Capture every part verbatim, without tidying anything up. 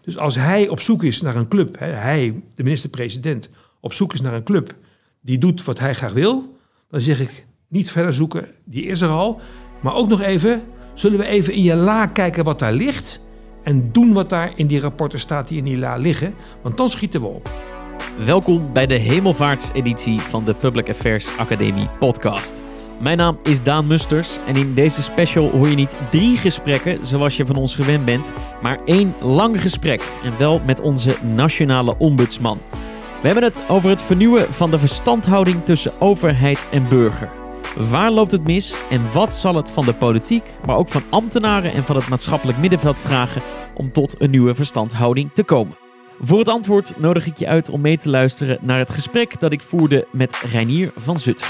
Dus als hij op zoek is naar een club, hè, hij, de minister-president, op zoek is naar een club die doet wat hij graag wil, dan zeg ik niet verder zoeken, die is er al. Maar ook nog even, zullen we even in je la kijken wat daar ligt en doen wat daar in die rapporten staat die in die la liggen, want dan schieten we op. Welkom bij de hemelvaartseditie van de Public Affairs Academie podcast. Mijn naam is Daan Musters en in deze special hoor je niet drie gesprekken zoals je van ons gewend bent, maar één lang gesprek en wel met onze nationale ombudsman. We hebben het over het vernieuwen van de verstandhouding tussen overheid en burger. Waar loopt het mis en wat zal het van de politiek, maar ook van ambtenaren en van het maatschappelijk middenveld vragen om tot een nieuwe verstandhouding te komen? Voor het antwoord nodig ik je uit om mee te luisteren naar het gesprek dat ik voerde met Reinier van Zutphen.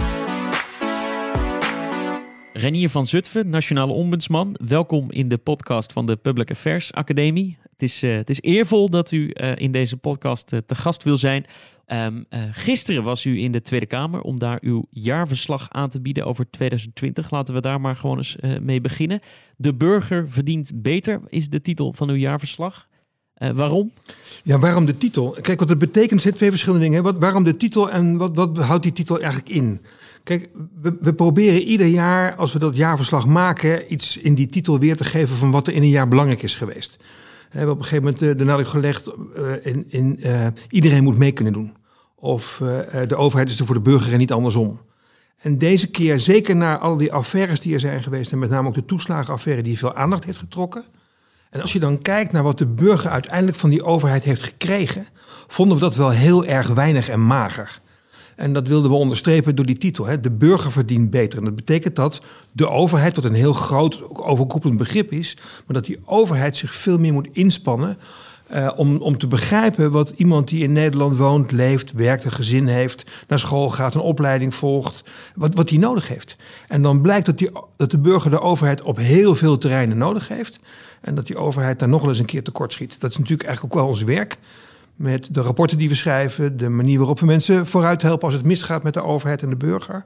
Reinier van Zutphen, nationale ombudsman. Welkom in de podcast van de Public Affairs Academie. Het is, uh, het is eervol dat u uh, in deze podcast uh, te gast wil zijn. Um, uh, gisteren was u in de Tweede Kamer om daar uw jaarverslag aan te bieden over twintig twintig. Laten we daar maar gewoon eens uh, mee beginnen. De burger verdient beter is de titel van uw jaarverslag. Uh, waarom? Ja, waarom de titel? Kijk, wat het betekent zijn twee verschillende dingen. Wat, waarom de titel en wat, wat houdt die titel eigenlijk in? Kijk, we, we proberen ieder jaar, als we dat jaarverslag maken, iets in die titel weer te geven van wat er in een jaar belangrijk is geweest. We hebben op een gegeven moment de, de nadruk gelegd uh, in, in uh, iedereen moet mee kunnen doen. Of uh, de overheid is er voor de burger en niet andersom. En deze keer, zeker na al die affaires die er zijn geweest, en met name ook de toeslagenaffaire die veel aandacht heeft getrokken. En als je dan kijkt naar wat de burger uiteindelijk van die overheid heeft gekregen, vonden we dat wel heel erg weinig en mager. En dat wilden we onderstrepen door die titel. Hè. De burger verdient beter. En dat betekent dat de overheid, wat een heel groot, overkoepelend begrip is, maar dat die overheid zich veel meer moet inspannen uh, om, om te begrijpen wat iemand die in Nederland woont, leeft, werkt, een gezin heeft, naar school gaat, een opleiding volgt, wat, wat die nodig heeft. En dan blijkt dat, die, dat de burger de overheid op heel veel terreinen nodig heeft en dat die overheid daar nog wel eens een keer tekort schiet. Dat is natuurlijk eigenlijk ook wel ons werk. Met de rapporten die we schrijven, de manier waarop we mensen vooruit helpen als het misgaat met de overheid en de burger.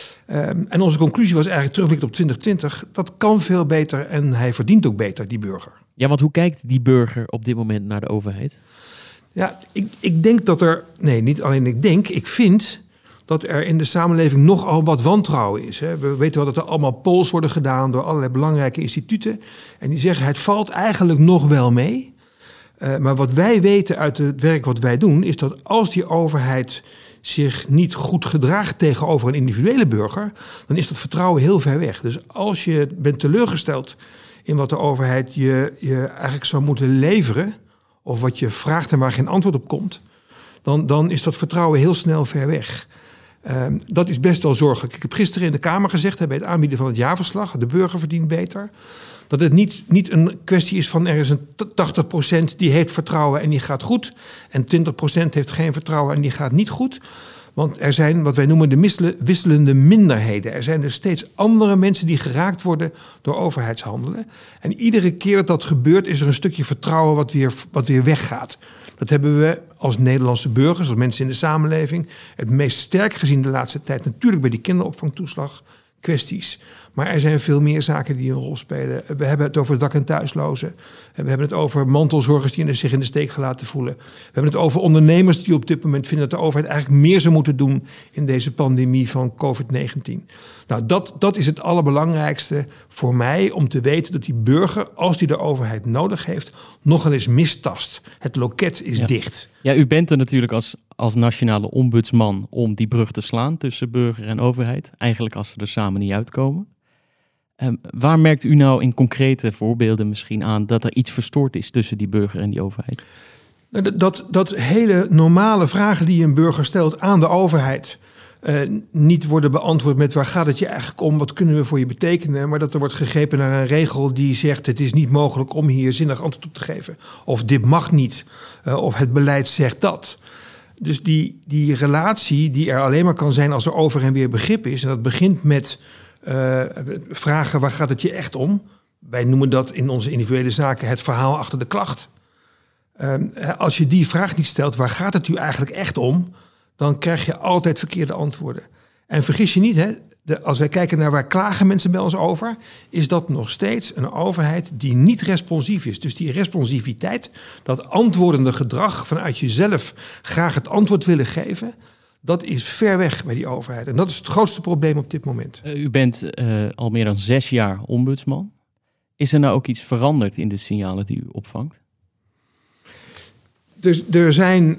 Um, en onze conclusie was eigenlijk terugblikkend op twintig twintig. Dat kan veel beter en hij verdient ook beter, die burger. Ja, want hoe kijkt die burger op dit moment naar de overheid? Ja, ik, ik denk dat er... Nee, niet alleen ik denk, ik vind dat er in de samenleving nogal wat wantrouwen is. Hè. We weten wel dat er allemaal polls worden gedaan door allerlei belangrijke instituten. En die zeggen, het valt eigenlijk nog wel mee. Uh, maar wat wij weten uit het werk wat wij doen, is dat als die overheid zich niet goed gedraagt tegenover een individuele burger, dan is dat vertrouwen heel ver weg. Dus als je bent teleurgesteld in wat de overheid je, je eigenlijk zou moeten leveren, of wat je vraagt en waar geen antwoord op komt, dan, dan is dat vertrouwen heel snel ver weg. Uh, dat is best wel zorgelijk. Ik heb gisteren in de Kamer gezegd, hè, bij het aanbieden van het jaarverslag, de burger verdient beter, dat het niet, niet een kwestie is van er is een tachtig procent die heeft vertrouwen en die gaat goed. En twintig procent heeft geen vertrouwen en die gaat niet goed. Want er zijn wat wij noemen de wisselende minderheden. Er zijn dus steeds andere mensen die geraakt worden door overheidshandelen. En iedere keer dat dat gebeurt is er een stukje vertrouwen wat weer, wat weer weggaat. Dat hebben we als Nederlandse burgers, als mensen in de samenleving, het meest sterk gezien de laatste tijd. Natuurlijk bij die kinderopvangtoeslag kwesties. Maar er zijn veel meer zaken die een rol spelen. We hebben het over dak- en thuislozen. We hebben het over mantelzorgers die zich in de steek gelaten voelen. We hebben het over ondernemers die op dit moment vinden dat de overheid eigenlijk meer zou moeten doen in deze pandemie van covid negentien. Nou, dat, dat is het allerbelangrijkste voor mij om te weten dat die burger, als die de overheid nodig heeft, nogal eens mistast. Het loket is ja. dicht. Ja, u bent er natuurlijk als, als nationale ombudsman om die brug te slaan tussen burger en overheid. Eigenlijk als ze er samen niet uitkomen. Um, waar merkt u nou in concrete voorbeelden misschien aan dat er iets verstoord is tussen die burger en die overheid? Dat, dat, dat hele normale vragen die een burger stelt aan de overheid uh, niet worden beantwoord met waar gaat het je eigenlijk om, wat kunnen we voor je betekenen, maar dat er wordt gegrepen naar een regel die zegt het is niet mogelijk om hier zinnig antwoord op te geven. Of dit mag niet, uh, of het beleid zegt dat. Dus die, die relatie die er alleen maar kan zijn als er over en weer begrip is, en dat begint met Uh, vragen waar gaat het je echt om? Wij noemen dat in onze individuele zaken het verhaal achter de klacht. Uh, als je die vraag niet stelt, waar gaat het u eigenlijk echt om? Dan krijg je altijd verkeerde antwoorden. En vergis je niet, hè, de, als wij kijken naar waar klagen mensen bij ons over, is dat nog steeds een overheid die niet responsief is. Dus die responsiviteit, dat antwoordende gedrag vanuit jezelf graag het antwoord willen geven, dat is ver weg bij die overheid. En dat is het grootste probleem op dit moment. Uh, u bent uh, al meer dan zes jaar ombudsman. Is er nou ook iets veranderd in de signalen die u opvangt? Dus er zijn...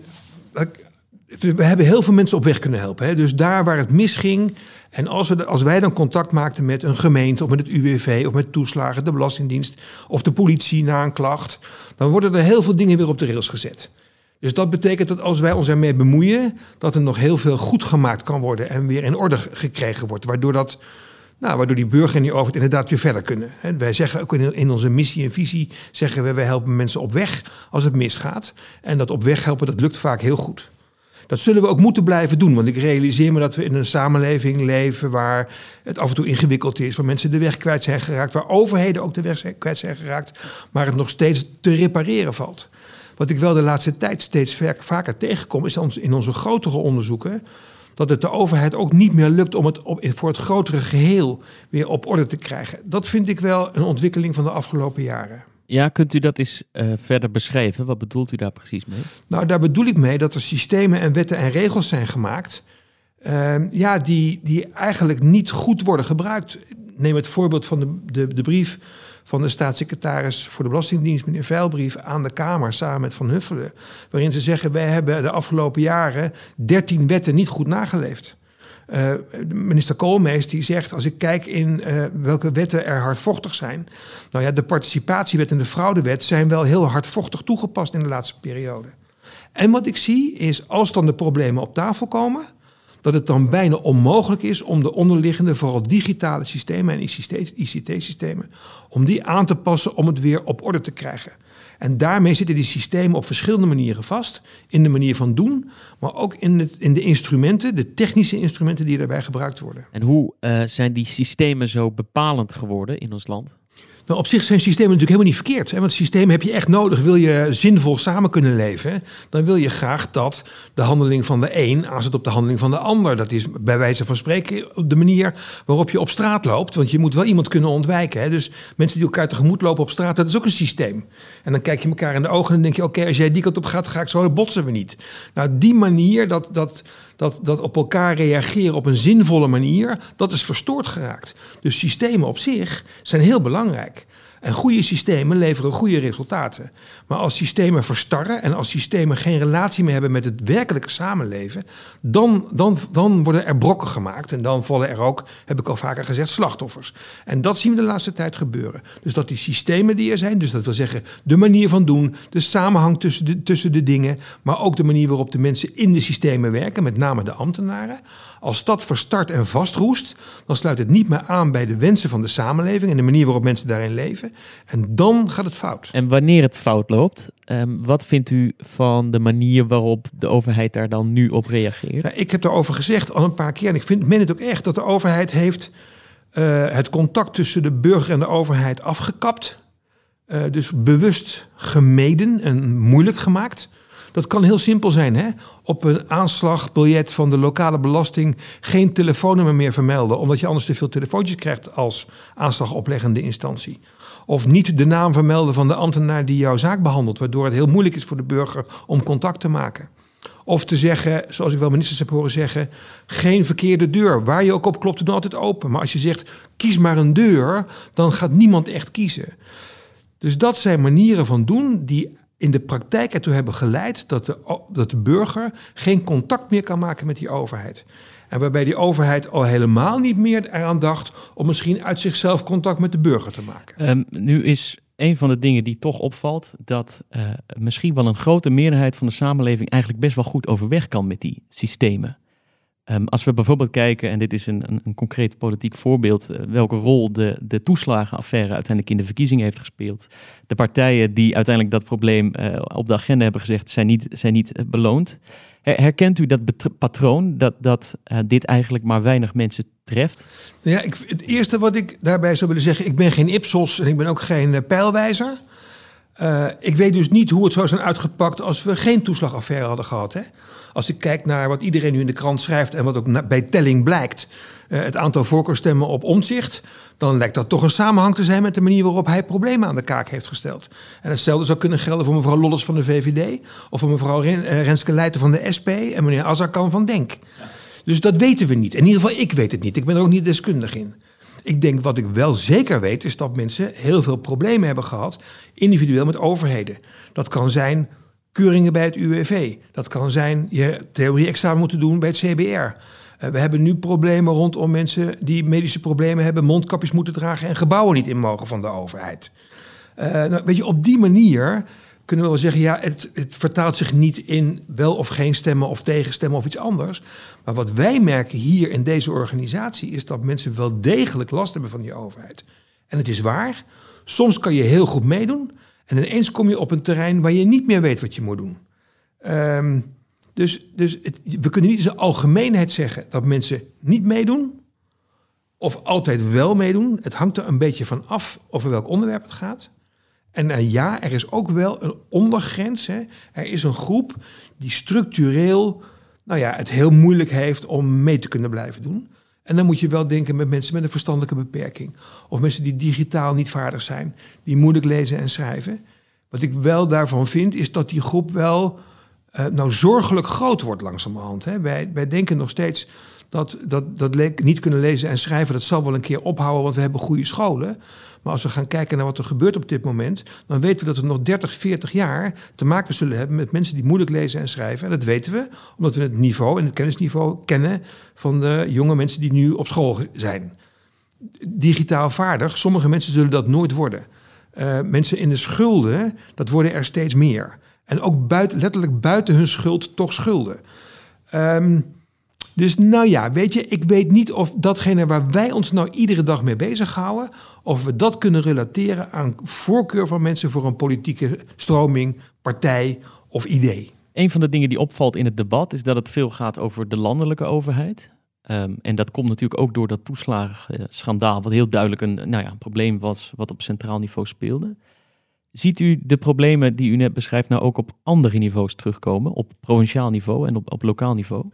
We hebben heel veel mensen op weg kunnen helpen. Hè. Dus daar waar het misging, en als, we de, als wij dan contact maakten met een gemeente of met het U W V of met toeslagen, de Belastingdienst of de politie na een klacht, dan worden er heel veel dingen weer op de rails gezet. Dus dat betekent dat als wij ons ermee bemoeien, dat er nog heel veel goed gemaakt kan worden en weer in orde gekregen wordt. Waardoor, dat, nou, waardoor die burger en die overheid inderdaad weer verder kunnen. He, wij zeggen ook in, in onze missie en visie, zeggen we, wij helpen mensen op weg als het misgaat. En dat op weg helpen, dat lukt vaak heel goed. Dat zullen we ook moeten blijven doen. Want ik realiseer me dat we in een samenleving leven waar het af en toe ingewikkeld is, waar mensen de weg kwijt zijn geraakt, waar overheden ook de weg zijn, kwijt zijn geraakt, maar het nog steeds te repareren valt. Wat ik wel de laatste tijd steeds vaker tegenkom, is in onze grotere onderzoeken dat het de overheid ook niet meer lukt om het op, voor het grotere geheel weer op orde te krijgen. Dat vind ik wel een ontwikkeling van de afgelopen jaren. Ja, kunt u dat eens uh, verder beschrijven? Wat bedoelt u daar precies mee? Nou, daar bedoel ik mee dat er systemen en wetten en regels zijn gemaakt, Uh, ja, die, die eigenlijk niet goed worden gebruikt. Neem het voorbeeld van de, de, de brief van de staatssecretaris voor de Belastingdienst, meneer Veilbrief, aan de Kamer samen met Van Huffelen, waarin ze zeggen, wij hebben de afgelopen jaren dertien wetten niet goed nageleefd. Uh, minister Koolmees die zegt, als ik kijk in uh, welke wetten er hardvochtig zijn, nou ja, de participatiewet en de fraudewet zijn wel heel hardvochtig toegepast in de laatste periode. En wat ik zie is, als dan de problemen op tafel komen, dat het dan bijna onmogelijk is om de onderliggende, vooral digitale systemen en I C T-systemen, om die aan te passen om het weer op orde te krijgen. En daarmee zitten die systemen op verschillende manieren vast. In de manier van doen, maar ook in, het, in de instrumenten, de technische instrumenten die daarbij gebruikt worden. En hoe uh, zijn die systemen zo bepalend geworden in ons land? Nou, op zich zijn systemen natuurlijk helemaal niet verkeerd. Hè? Want systemen heb je echt nodig. Wil je zinvol samen kunnen leven, dan wil je graag dat de handeling van de een aanzet op de handeling van de ander. Dat is bij wijze van spreken de manier waarop je op straat loopt. Want je moet wel iemand kunnen ontwijken. Hè? Dus mensen die elkaar tegemoet lopen op straat, dat is ook een systeem. En dan kijk je elkaar in de ogen en denk je, oké, okay, als jij die kant op gaat, ga ik zo, botsen we niet. Nou, die manier, dat... dat Dat, dat op elkaar reageren op een zinvolle manier, dat is verstoord geraakt. Dus systemen op zich zijn heel belangrijk. En goede systemen leveren goede resultaten. Maar als systemen verstarren en als systemen geen relatie meer hebben met het werkelijke samenleven, dan, dan, dan worden er brokken gemaakt. En dan vallen er ook, heb ik al vaker gezegd, slachtoffers. En dat zien we de laatste tijd gebeuren. Dus dat die systemen die er zijn, dus dat wil zeggen de manier van doen, de samenhang tussen de, tussen de dingen, maar ook de manier waarop de mensen in de systemen werken, met name de ambtenaren. Als dat verstart en vastroest, dan sluit het niet meer aan bij de wensen van de samenleving en de manier waarop mensen daarin leven. En dan gaat het fout. En wanneer het fout loopt, um, wat vindt u van de manier waarop de overheid daar dan nu op reageert? Ja, ik heb daarover gezegd al een paar keer, en ik vind, meen het ook echt, dat de overheid heeft uh, het contact tussen de burger en de overheid afgekapt. Uh, dus bewust gemeden en moeilijk gemaakt. Dat kan heel simpel zijn, hè? Op een aanslagbiljet van de lokale belasting geen telefoonnummer meer vermelden, omdat je anders te veel telefoontjes krijgt als aanslagopleggende instantie. Of niet de naam vermelden van de ambtenaar die jouw zaak behandelt, waardoor het heel moeilijk is voor de burger om contact te maken. Of te zeggen, zoals ik wel ministers heb horen zeggen, geen verkeerde deur. Waar je ook op klopt, doe altijd open. Maar als je zegt, kies maar een deur, dan gaat niemand echt kiezen. Dus dat zijn manieren van doen die in de praktijk ertoe hebben geleid dat de, dat de burger geen contact meer kan maken met die overheid. En waarbij die overheid al helemaal niet meer eraan dacht om misschien uit zichzelf contact met de burger te maken. Um, nu is een van de dingen die toch opvalt dat uh, misschien wel een grote meerderheid van de samenleving eigenlijk best wel goed overweg kan met die systemen. Um, als we bijvoorbeeld kijken, en dit is een, een, een concreet politiek voorbeeld, uh, welke rol de, de toeslagenaffaire uiteindelijk in de verkiezingen heeft gespeeld. De partijen die uiteindelijk dat probleem uh, op de agenda hebben gezegd, zijn niet, zijn niet uh, beloond. Her, herkent u dat bet- patroon, dat, dat uh, dit eigenlijk maar weinig mensen treft? Ja, ik, het eerste wat ik daarbij zou willen zeggen, ik ben geen Ipsos en ik ben ook geen uh, pijlwijzer. Uh, ik weet dus niet hoe het zou zijn uitgepakt als we geen toeslagaffaire hadden gehad. Hè? Als ik kijk naar wat iedereen nu in de krant schrijft en wat ook na, bij telling blijkt, uh, het aantal voorkeurstemmen op Omtzigt, dan lijkt dat toch een samenhang te zijn met de manier waarop hij problemen aan de kaak heeft gesteld. En hetzelfde zou kunnen gelden voor mevrouw Lollers van de V V D of voor mevrouw Ren, uh, Renske Leijten van de S P en meneer Azarkan van Denk. Ja. Dus dat weten we niet. In ieder geval, ik weet het niet. Ik ben er ook niet deskundig in. Ik denk wat ik wel zeker weet is dat mensen heel veel problemen hebben gehad, individueel met overheden. Dat kan zijn keuringen bij het U W V. Dat kan zijn je theorie-examen moeten doen bij het C B R. Uh, we hebben nu problemen rondom mensen die medische problemen hebben, mondkapjes moeten dragen en gebouwen niet in mogen van de overheid. Uh, nou, weet je, op die manier kunnen we wel zeggen, ja, het, het vertaalt zich niet in wel of geen stemmen of tegenstemmen of iets anders. Maar wat wij merken hier in deze organisatie is dat mensen wel degelijk last hebben van die overheid. En het is waar, soms kan je heel goed meedoen en ineens kom je op een terrein waar je niet meer weet wat je moet doen. Um, dus dus het, we kunnen niet in zijn algemeenheid zeggen dat mensen niet meedoen of altijd wel meedoen. Het hangt er een beetje van af over welk onderwerp het gaat. En uh, ja, er is ook wel een ondergrens. Hè. Er is een groep die structureel nou ja, het heel moeilijk heeft om mee te kunnen blijven doen. En dan moet je wel denken met mensen met een verstandelijke beperking. Of mensen die digitaal niet vaardig zijn, die moeilijk lezen en schrijven. Wat ik wel daarvan vind, is dat die groep wel uh, nou zorgelijk groot wordt langzamerhand. Hè. Wij, wij denken nog steeds dat, dat, dat le- niet kunnen lezen en schrijven, dat zal wel een keer ophouden, want we hebben goede scholen. Maar als we gaan kijken naar wat er gebeurt op dit moment, dan weten we dat we nog dertig, veertig jaar te maken zullen hebben met mensen die moeilijk lezen en schrijven. En dat weten we, omdat we het niveau en het kennisniveau kennen van de jonge mensen die nu op school zijn. Digitaal vaardig, sommige mensen zullen dat nooit worden. Uh, mensen in de schulden, dat worden er steeds meer. En ook buiten, letterlijk buiten hun schuld toch schulden. Um, Dus nou ja, weet je, ik weet niet of datgene waar wij ons nou iedere dag mee bezighouden, of we dat kunnen relateren aan voorkeur van mensen voor een politieke stroming, partij of idee. Een van de dingen die opvalt in het debat is dat het veel gaat over de landelijke overheid. Um, en dat komt natuurlijk ook door dat toeslagenschandaal, wat heel duidelijk een, nou ja, een probleem was wat op centraal niveau speelde. Ziet u de problemen die u net beschrijft nou ook op andere niveaus terugkomen, op provinciaal niveau en op, op lokaal niveau?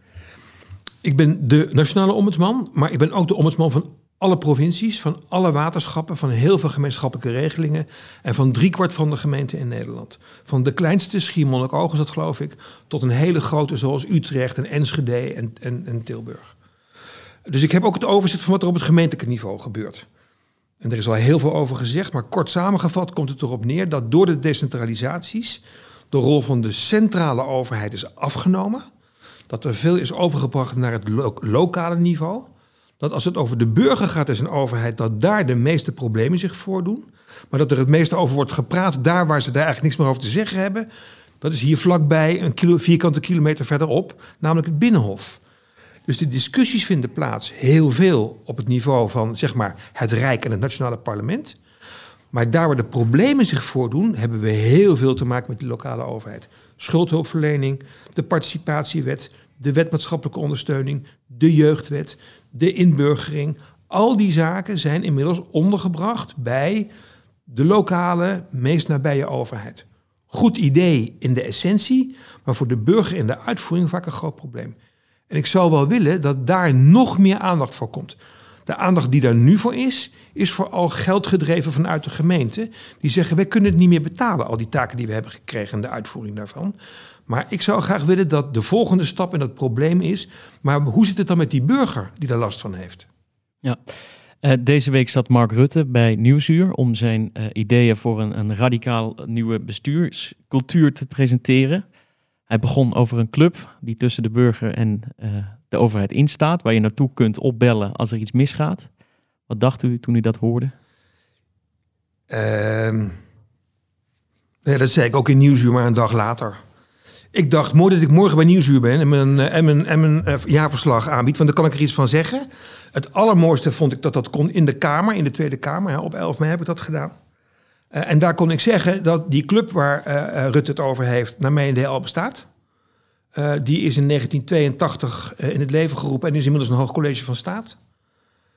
Ik ben de nationale ombudsman, maar ik ben ook de ombudsman van alle provincies, van alle waterschappen, van heel veel gemeenschappelijke regelingen en van driekwart van de gemeenten in Nederland. Van de kleinste, Schiermonnikoog is dat geloof ik, tot een hele grote zoals Utrecht en Enschede en, en, en Tilburg. Dus ik heb ook het overzicht van wat er op het gemeentelijk niveau gebeurt. En er is al heel veel over gezegd, maar kort samengevat komt het erop neer dat door de decentralisaties de rol van de centrale overheid is afgenomen. Dat er veel is overgebracht naar het lo- lokale niveau. Dat als het over de burger gaat als een overheid, dat daar de meeste problemen zich voordoen. Maar dat er het meeste over wordt gepraat, daar waar ze daar eigenlijk niks meer over te zeggen hebben. Dat is hier vlakbij, een kilo, vierkante kilometer verderop, namelijk het Binnenhof. Dus de discussies vinden plaats heel veel op het niveau van zeg maar, het Rijk en het nationale parlement. Maar daar waar de problemen zich voordoen, hebben we heel veel te maken met die lokale overheid. Schuldhulpverlening, de participatiewet, de wet maatschappelijke ondersteuning, de jeugdwet, de inburgering. Al die zaken zijn inmiddels ondergebracht bij de lokale, meest nabije overheid. Goed idee in de essentie, maar voor de burger in de uitvoering vaak een groot probleem. En ik zou wel willen dat daar nog meer aandacht voor komt. De aandacht die daar nu voor is, is vooral geld gedreven vanuit de gemeente. Die zeggen, wij kunnen het niet meer betalen, al die taken die we hebben gekregen en de uitvoering daarvan. Maar ik zou graag willen dat de volgende stap in dat probleem is, maar hoe zit het dan met die burger die daar last van heeft? Ja, uh, deze week zat Mark Rutte bij Nieuwsuur om zijn uh, ideeën voor een, een radicaal nieuwe bestuurscultuur te presenteren. Hij begon over een club die tussen de burger en uh, de overheid instaat, waar je naartoe kunt opbellen als er iets misgaat. Wat dacht u toen u dat hoorde? Uh, ja, dat zei ik ook in Nieuwsuur, maar een dag later. Ik dacht, mooi dat ik morgen bij Nieuwsuur ben en mijn, en mijn, en mijn uh, jaarverslag aanbied, want dan kan ik er iets van zeggen. Het allermooiste vond ik dat dat kon in de Kamer, in de Tweede Kamer. Hè, op elf mei heb ik dat gedaan. Uh, en daar kon ik zeggen dat die club waar uh, uh, Rutte het over heeft, naar mijn idee al bestaat. Uh, die is in negentien tweeëntachtig uh, in het leven geroepen en is inmiddels een hoog college van staat.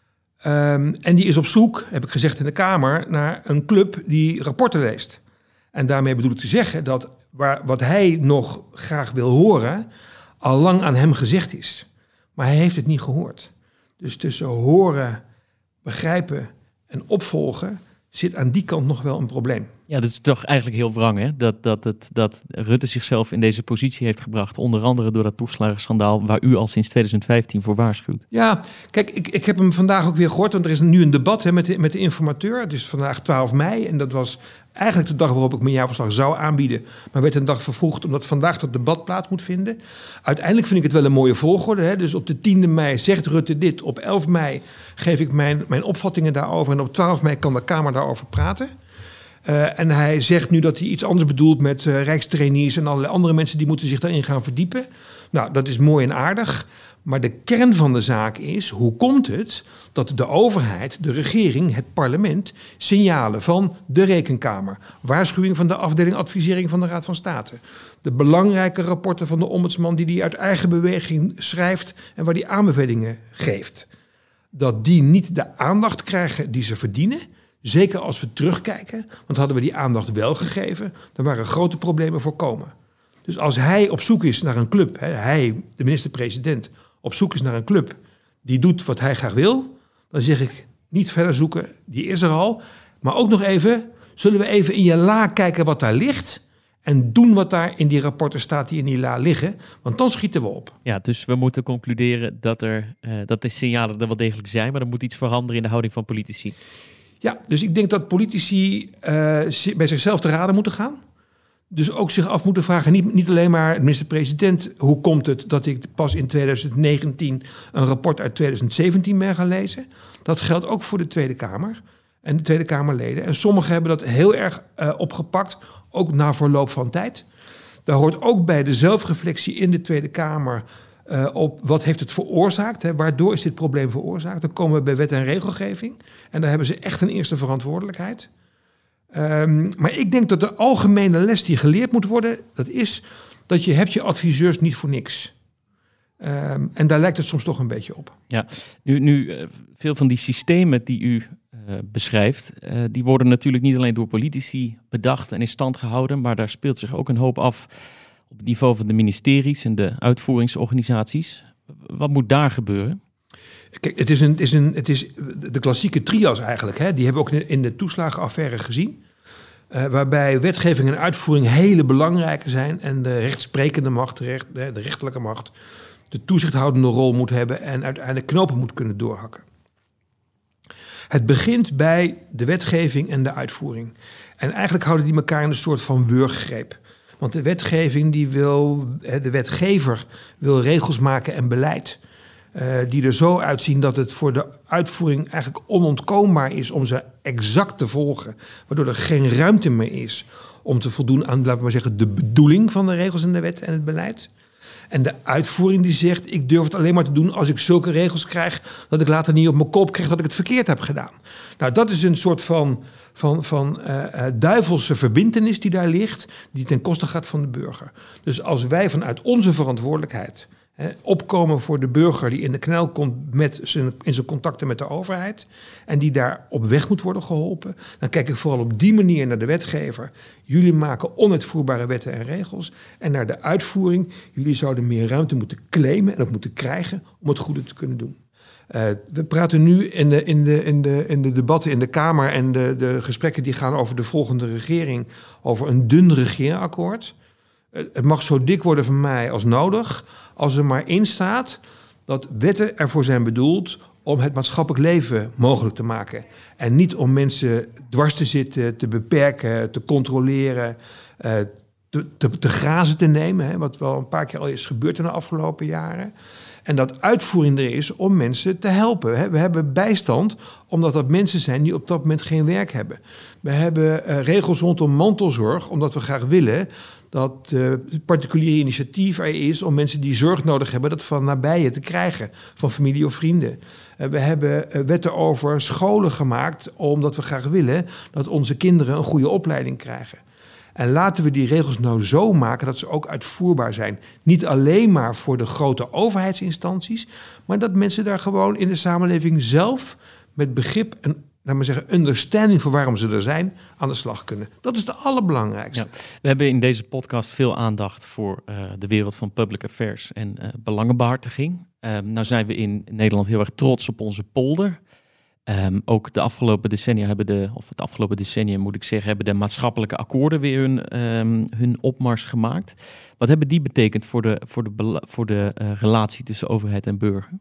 Um, en die is op zoek, heb ik gezegd in de Kamer, naar een club die rapporten leest. En daarmee bedoel ik te zeggen dat waar, wat hij nog graag wil horen, al lang aan hem gezegd is. Maar hij heeft het niet gehoord. Dus tussen horen, begrijpen en opvolgen zit aan die kant nog wel een probleem. Ja, dat is toch eigenlijk heel wrang, hè? Dat, dat, het, dat Rutte zichzelf in deze positie heeft gebracht. Onder andere door dat toeslagenschandaal waar u al sinds twintig vijftien voor waarschuwt. Ja, kijk, ik, ik heb hem vandaag ook weer gehoord. Want er is nu een debat hè, met, de, met de informateur. Het is vandaag twaalf mei en dat was eigenlijk de dag waarop ik mijn jaarverslag zou aanbieden. Maar werd een dag vervroegd omdat vandaag dat debat plaats moet vinden. Uiteindelijk vind ik het wel een mooie volgorde. Hè? Dus op de tiende mei zegt Rutte dit. Op elf mei geef ik mijn, mijn opvattingen daarover. En op twaalf mei kan de Kamer daarover praten. Uh, en hij zegt nu dat hij iets anders bedoelt met uh, rijkstrainees en allerlei andere mensen die moeten zich daarin gaan verdiepen. Nou, dat is mooi en aardig. Maar de kern van de zaak is, hoe komt het dat de overheid, de regering, het parlement signalen van de Rekenkamer, waarschuwing van de afdeling advisering van de Raad van State, de belangrijke rapporten van de ombudsman die hij uit eigen beweging schrijft en waar hij aanbevelingen geeft, dat die niet de aandacht krijgen die ze verdienen? Zeker als we terugkijken, want hadden we die aandacht wel gegeven, dan waren grote problemen voorkomen. Dus als hij op zoek is naar een club, hij, de minister-president, op zoek is naar een club die doet wat hij graag wil, dan zeg ik niet verder zoeken, die is er al. Maar ook nog even, zullen we even in je la kijken wat daar ligt en doen wat daar in die rapporten staat die in die la liggen, want dan schieten we op. Ja, dus we moeten concluderen dat, er, uh, dat de signalen er wel degelijk zijn, maar er moet iets veranderen in de houding van politici. Ja, dus ik denk dat politici uh, bij zichzelf te raden moeten gaan. Dus ook zich af moeten vragen, niet, niet alleen maar minister-president, hoe komt het dat ik pas in twintig negentien een rapport uit twintig zeventien ben gaan lezen? Dat geldt ook voor de Tweede Kamer en de Tweede Kamerleden. En sommigen hebben dat heel erg uh, opgepakt, ook na verloop van tijd. Daar hoort ook bij de zelfreflectie in de Tweede Kamer uh, op wat heeft het veroorzaakt, hè? Waardoor is dit probleem veroorzaakt? Dan komen we bij wet en regelgeving en daar hebben ze echt een eerste verantwoordelijkheid. Um, maar ik denk dat de algemene les die geleerd moet worden, dat is dat je hebt je adviseurs niet voor niks. Um, en daar lijkt het soms toch een beetje op. Ja, nu, nu uh, veel van die systemen die u uh, beschrijft, uh, die worden natuurlijk niet alleen door politici bedacht en in stand gehouden, maar daar speelt zich ook een hoop af op het niveau van de ministeries en de uitvoeringsorganisaties. Wat moet daar gebeuren? Kijk, het is, een, het is, een, het is de klassieke trias eigenlijk. Hè? Die hebben we ook in de toeslagenaffaire gezien. Uh, waarbij wetgeving en uitvoering hele belangrijke zijn. En de rechtsprekende macht, de, recht, de rechterlijke macht, de toezichthoudende rol moet hebben. En uiteindelijk knopen moet kunnen doorhakken. Het begint bij de wetgeving en de uitvoering. En eigenlijk houden die elkaar in een soort van wurggreep. Want de wetgeving die wil, de wetgever wil regels maken en beleid. Uh, die er zo uitzien dat het voor de uitvoering eigenlijk onontkoombaar is om ze exact te volgen. Waardoor er geen ruimte meer is om te voldoen aan, laten we maar zeggen, de bedoeling van de regels en de wet en het beleid. En de uitvoering die zegt, ik durf het alleen maar te doen als ik zulke regels krijg, dat ik later niet op mijn kop krijg dat ik het verkeerd heb gedaan. Nou, dat is een soort van, van, van uh, duivelse verbintenis die daar ligt, die ten koste gaat van de burger. Dus als wij vanuit onze verantwoordelijkheid He, opkomen voor de burger die in de knel komt met zijn, in zijn contacten met de overheid en die daar op weg moet worden geholpen, dan kijk ik vooral op die manier naar de wetgever. Jullie maken onuitvoerbare wetten en regels en naar de uitvoering. Jullie zouden meer ruimte moeten claimen en ook moeten krijgen om het goede te kunnen doen. Uh, we praten nu in de, in, de, in, de, in de debatten in de Kamer en de, de gesprekken die gaan over de volgende regering, over een dun regeerakkoord. Het mag zo dik worden van mij als nodig, als er maar in staat dat wetten ervoor zijn bedoeld om het maatschappelijk leven mogelijk te maken. En niet om mensen dwars te zitten, te beperken, te controleren, te, te, te grazen te nemen. Hè, wat wel een paar keer al is gebeurd in de afgelopen jaren. En dat uitvoering er is om mensen te helpen. Hè. We hebben bijstand omdat dat mensen zijn die op dat moment geen werk hebben. We hebben uh, regels rondom mantelzorg omdat we graag willen dat uh, het particuliere initiatief er is om mensen die zorg nodig hebben dat van nabije te krijgen, van familie of vrienden. Uh, we hebben uh, wetten over scholen gemaakt omdat we graag willen dat onze kinderen een goede opleiding krijgen. En laten we die regels nou zo maken dat ze ook uitvoerbaar zijn. Niet alleen maar voor de grote overheidsinstanties, maar dat mensen daar gewoon in de samenleving zelf met begrip en laat maar zeggen, understanding voor waarom ze er zijn, aan de slag kunnen. Dat is de allerbelangrijkste. Ja, we hebben in deze podcast veel aandacht voor uh, de wereld van public affairs en uh, belangenbehartiging. Uh, nou zijn we in Nederland heel erg trots op onze polder. Um, ook de afgelopen decennia hebben de, of het afgelopen decennium moet ik zeggen, hebben de maatschappelijke akkoorden weer hun, um, hun opmars gemaakt. Wat hebben die betekend voor de, voor de, voor de uh, relatie tussen overheid en burger?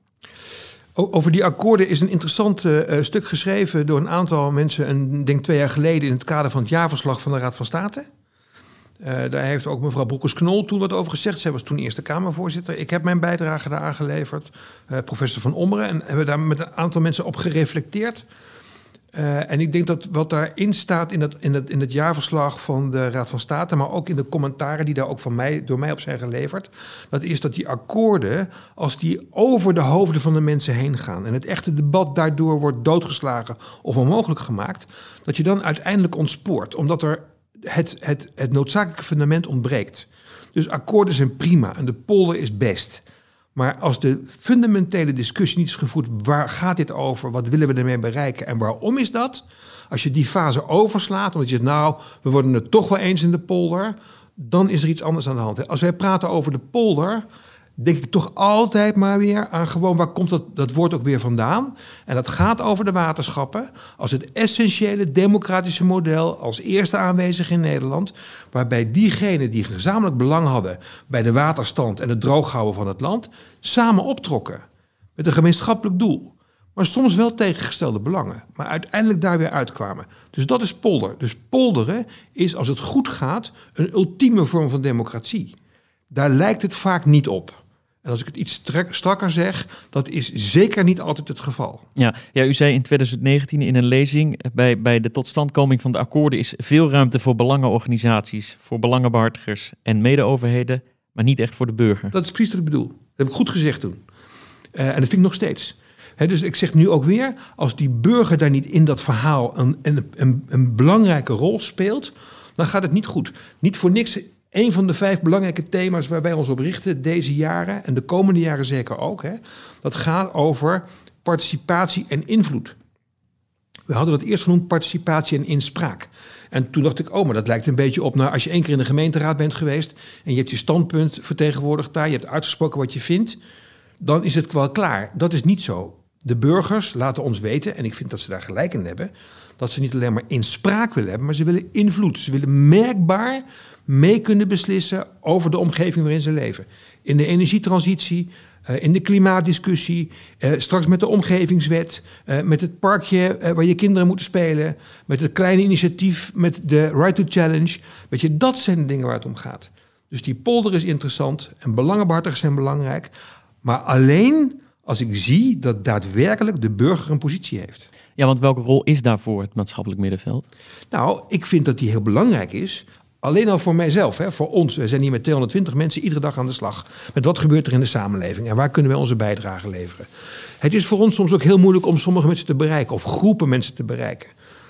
Over die akkoorden is een interessant uh, stuk geschreven door een aantal mensen, een, denk twee jaar geleden, in het kader van het jaarverslag van de Raad van State. Uh, daar heeft ook mevrouw Broekers-Knol toen wat over gezegd. Zij was toen Eerste Kamervoorzitter. Ik heb mijn bijdrage daar aangeleverd, uh, professor Van Ommeren, en hebben daar met een aantal mensen op gereflecteerd. Uh, en ik denk dat wat daarin staat in het, in, het, in het jaarverslag van de Raad van State, maar ook in de commentaren die daar ook van mij, door mij op zijn geleverd, dat is dat die akkoorden, als die over de hoofden van de mensen heen gaan en het echte debat daardoor wordt doodgeslagen of onmogelijk gemaakt, dat je dan uiteindelijk ontspoort, omdat er het, het, het noodzakelijke fundament ontbreekt. Dus akkoorden zijn prima en de polder is best. Maar als de fundamentele discussie niet is gevoerd, waar gaat dit over, wat willen we ermee bereiken en waarom is dat? Als je die fase overslaat, omdat je zegt, nou, we worden het toch wel eens in de polder, dan is er iets anders aan de hand. Als wij praten over de polder, denk ik toch altijd maar weer aan gewoon, waar komt dat, dat woord ook weer vandaan? En dat gaat over de waterschappen als het essentiële democratische model als eerste aanwezig in Nederland, waarbij diegenen die gezamenlijk belang hadden bij de waterstand en het drooghouden van het land, samen optrokken met een gemeenschappelijk doel. Maar soms wel tegengestelde belangen, maar uiteindelijk daar weer uitkwamen. Dus dat is polder. Dus polderen is, als het goed gaat, een ultieme vorm van democratie. Daar lijkt het vaak niet op. En als ik het iets strakker zeg, dat is zeker niet altijd het geval. Ja, ja, u zei in twintig negentien in een lezing, bij, bij de totstandkoming van de akkoorden is veel ruimte voor belangenorganisaties, voor belangenbehartigers en mede-overheden, maar niet echt voor de burger. Dat is precies wat ik bedoel. Dat heb ik goed gezegd toen. Uh, en dat vind ik nog steeds. He, dus ik zeg nu ook weer, als die burger daar niet in dat verhaal een, een, een, een belangrijke rol speelt, dan gaat het niet goed. Niet voor niks. Een van de vijf belangrijke thema's waar wij ons op richten deze jaren, en de komende jaren zeker ook, hè, dat gaat over participatie en invloed. We hadden dat eerst genoemd participatie en inspraak. En toen dacht ik, oh, maar dat lijkt een beetje op naar als je één keer in de gemeenteraad bent geweest en je hebt je standpunt vertegenwoordigd daar, je hebt uitgesproken wat je vindt, dan is het wel klaar. Dat is niet zo. De burgers laten ons weten, en ik vind dat ze daar gelijk in hebben, dat ze niet alleen maar inspraak willen hebben, maar ze willen invloed. Ze willen merkbaar mee kunnen beslissen over de omgeving waarin ze leven. In de energietransitie, uh, in de klimaatdiscussie, uh, straks met de omgevingswet, uh, met het parkje uh, waar je kinderen moeten spelen, met het kleine initiatief, met de Right to Challenge. Weet je, dat zijn de dingen waar het om gaat. Dus die polder is interessant en belangenbehartigers zijn belangrijk, maar alleen als ik zie dat daadwerkelijk de burger een positie heeft. Ja, want welke rol is daarvoor het maatschappelijk middenveld? Nou, ik vind dat die heel belangrijk is. Alleen al voor mijzelf, hè, voor ons. We zijn hier met tweehonderdtwintig mensen iedere dag aan de slag. Met wat gebeurt er in de samenleving en waar kunnen wij onze bijdrage leveren. Het is voor ons soms ook heel moeilijk om sommige mensen te bereiken of groepen mensen te bereiken.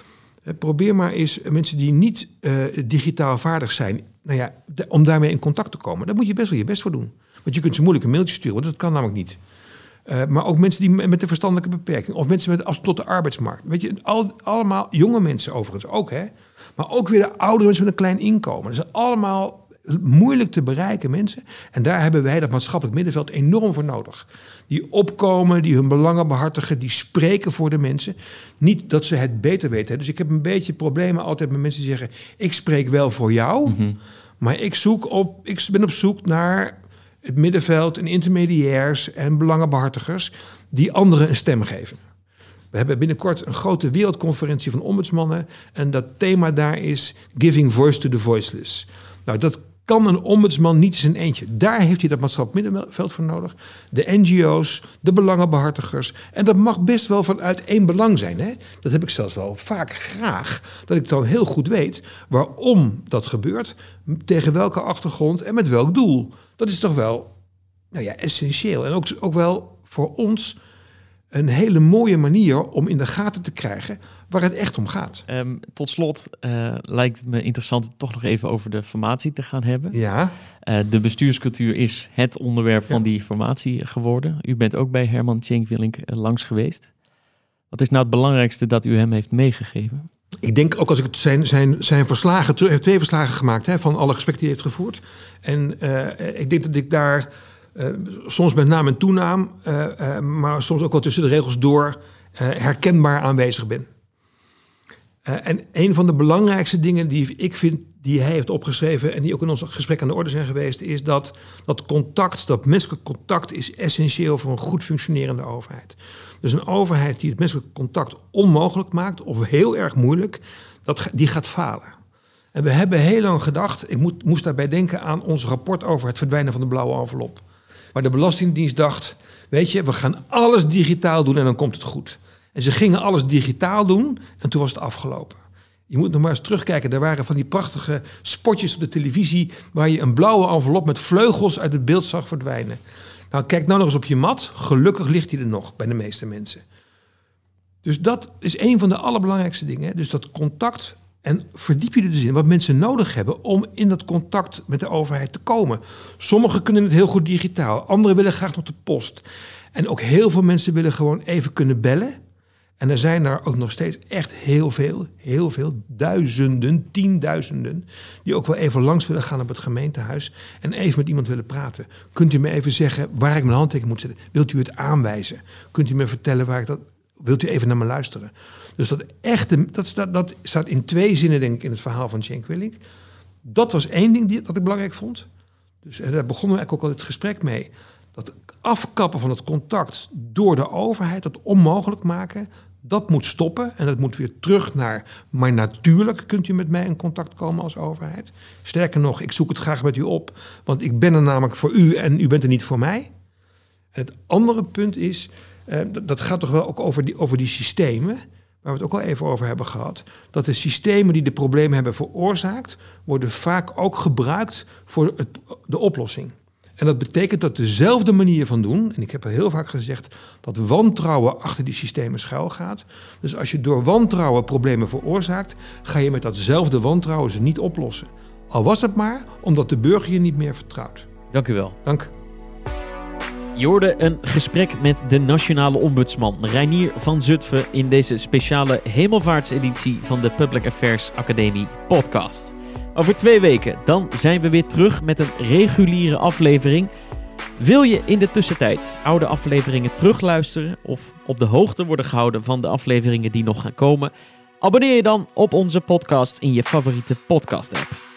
Probeer maar eens mensen die niet uh, digitaal vaardig zijn, nou ja, de, om daarmee in contact te komen. Daar moet je best wel je best voor doen. Want je kunt ze moeilijk een mailtje sturen, want dat kan namelijk niet. Uh, maar ook mensen die met een verstandelijke beperking. Of mensen met afstand tot de arbeidsmarkt. Weet je, al, allemaal jonge mensen overigens ook, hè. Maar ook weer de oudere mensen met een klein inkomen. Dat zijn allemaal moeilijk te bereiken mensen. En daar hebben wij dat maatschappelijk middenveld enorm voor nodig. Die opkomen, die hun belangen behartigen, die spreken voor de mensen. Niet dat ze het beter weten. Hè. Dus ik heb een beetje problemen altijd met mensen die zeggen, ik spreek wel voor jou, mm-hmm. maar ik, zoek op, ik ben op zoek naar het middenveld en intermediairs en belangenbehartigers die anderen een stem geven. We hebben binnenkort een grote wereldconferentie van ombudsmannen en dat thema daar is Giving Voice to the Voiceless. Nou, dat kan een ombudsman niet in zijn eentje. Daar heeft hij dat maatschappelijk middenveld voor nodig. De N G O's, de belangenbehartigers. En dat mag best wel vanuit één belang zijn. Hè? Dat heb ik zelfs wel vaak graag. Dat ik dan heel goed weet waarom dat gebeurt. Tegen welke achtergrond en met welk doel. Dat is toch wel nou ja, essentieel. En ook, ook wel voor ons een hele mooie manier om in de gaten te krijgen waar het echt om gaat. Um, tot slot uh, lijkt het me interessant om toch nog even over de formatie te gaan hebben. Ja. Uh, de bestuurscultuur is het onderwerp van ja. die formatie geworden. U bent ook bij Herman Tjenk Willink uh, langs geweest. Wat is nou het belangrijkste dat u hem heeft meegegeven? Ik denk ook als ik het zijn, zijn, zijn verslagen, hij heeft twee verslagen gemaakt hè, van alle gesprekken die hij heeft gevoerd. En uh, ik denk dat ik daar uh, soms met naam en toenaam, uh, uh, maar soms ook wel tussen de regels door uh, herkenbaar aanwezig ben. Uh, en een van de belangrijkste dingen die ik vind die hij heeft opgeschreven en die ook in ons gesprek aan de orde zijn geweest, is dat dat contact, dat menselijk contact is essentieel voor een goed functionerende overheid. Dus een overheid die het menselijk contact onmogelijk maakt of heel erg moeilijk, dat, die gaat falen. En we hebben heel lang gedacht, ik moet, moest daarbij denken aan ons rapport over het verdwijnen van de blauwe envelop. Waar de Belastingdienst dacht, weet je, we gaan alles digitaal doen en dan komt het goed. En ze gingen alles digitaal doen en toen was het afgelopen. Je moet nog maar eens terugkijken. Er waren van die prachtige spotjes op de televisie waar je een blauwe envelop met vleugels uit het beeld zag verdwijnen. Nou, kijk nou nog eens op je mat. Gelukkig ligt hij er nog bij de meeste mensen. Dus dat is een van de allerbelangrijkste dingen. Hè? Dus dat contact. En verdiep je er dus in wat mensen nodig hebben om in dat contact met de overheid te komen. Sommigen kunnen het heel goed digitaal. Anderen willen graag nog de post. En ook heel veel mensen willen gewoon even kunnen bellen. En er zijn er ook nog steeds echt heel veel, heel veel, duizenden, tienduizenden, die ook wel even langs willen gaan op het gemeentehuis en even met iemand willen praten. Kunt u me even zeggen waar ik mijn handtekening moet zetten? Wilt u het aanwijzen? Kunt u me vertellen waar ik dat... Wilt u even naar me luisteren? Dus dat echte, dat staat, dat staat in twee zinnen denk ik in het verhaal van Cenk Willink. Dat was één ding die, dat ik belangrijk vond. Dus daar begonnen we eigenlijk ook al het gesprek mee. Dat afkappen van het contact door de overheid, dat onmogelijk maken, dat moet stoppen en dat moet weer terug naar, maar natuurlijk kunt u met mij in contact komen als overheid. Sterker nog, ik zoek het graag met u op, want ik ben er namelijk voor u en u bent er niet voor mij. En het andere punt is, eh, dat, dat gaat toch wel ook over die, over die systemen, waar we het ook al even over hebben gehad, dat de systemen die de problemen hebben veroorzaakt, worden vaak ook gebruikt voor het, de oplossing. En dat betekent dat dezelfde manier van doen, en ik heb al heel vaak gezegd dat wantrouwen achter die systemen schuil gaat. Dus als je door wantrouwen problemen veroorzaakt, ga je met datzelfde wantrouwen ze niet oplossen. Al was het maar omdat de burger je niet meer vertrouwt. Dank u wel. Dank. Je hoorde een gesprek met de nationale ombudsman Reinier van Zutphen in deze speciale hemelvaartseditie van de Public Affairs Academie podcast. Over twee weken, dan zijn we weer terug met een reguliere aflevering. Wil je in de tussentijd oude afleveringen terugluisteren of op de hoogte worden gehouden van de afleveringen die nog gaan komen? Abonneer je dan op onze podcast in je favoriete podcast app.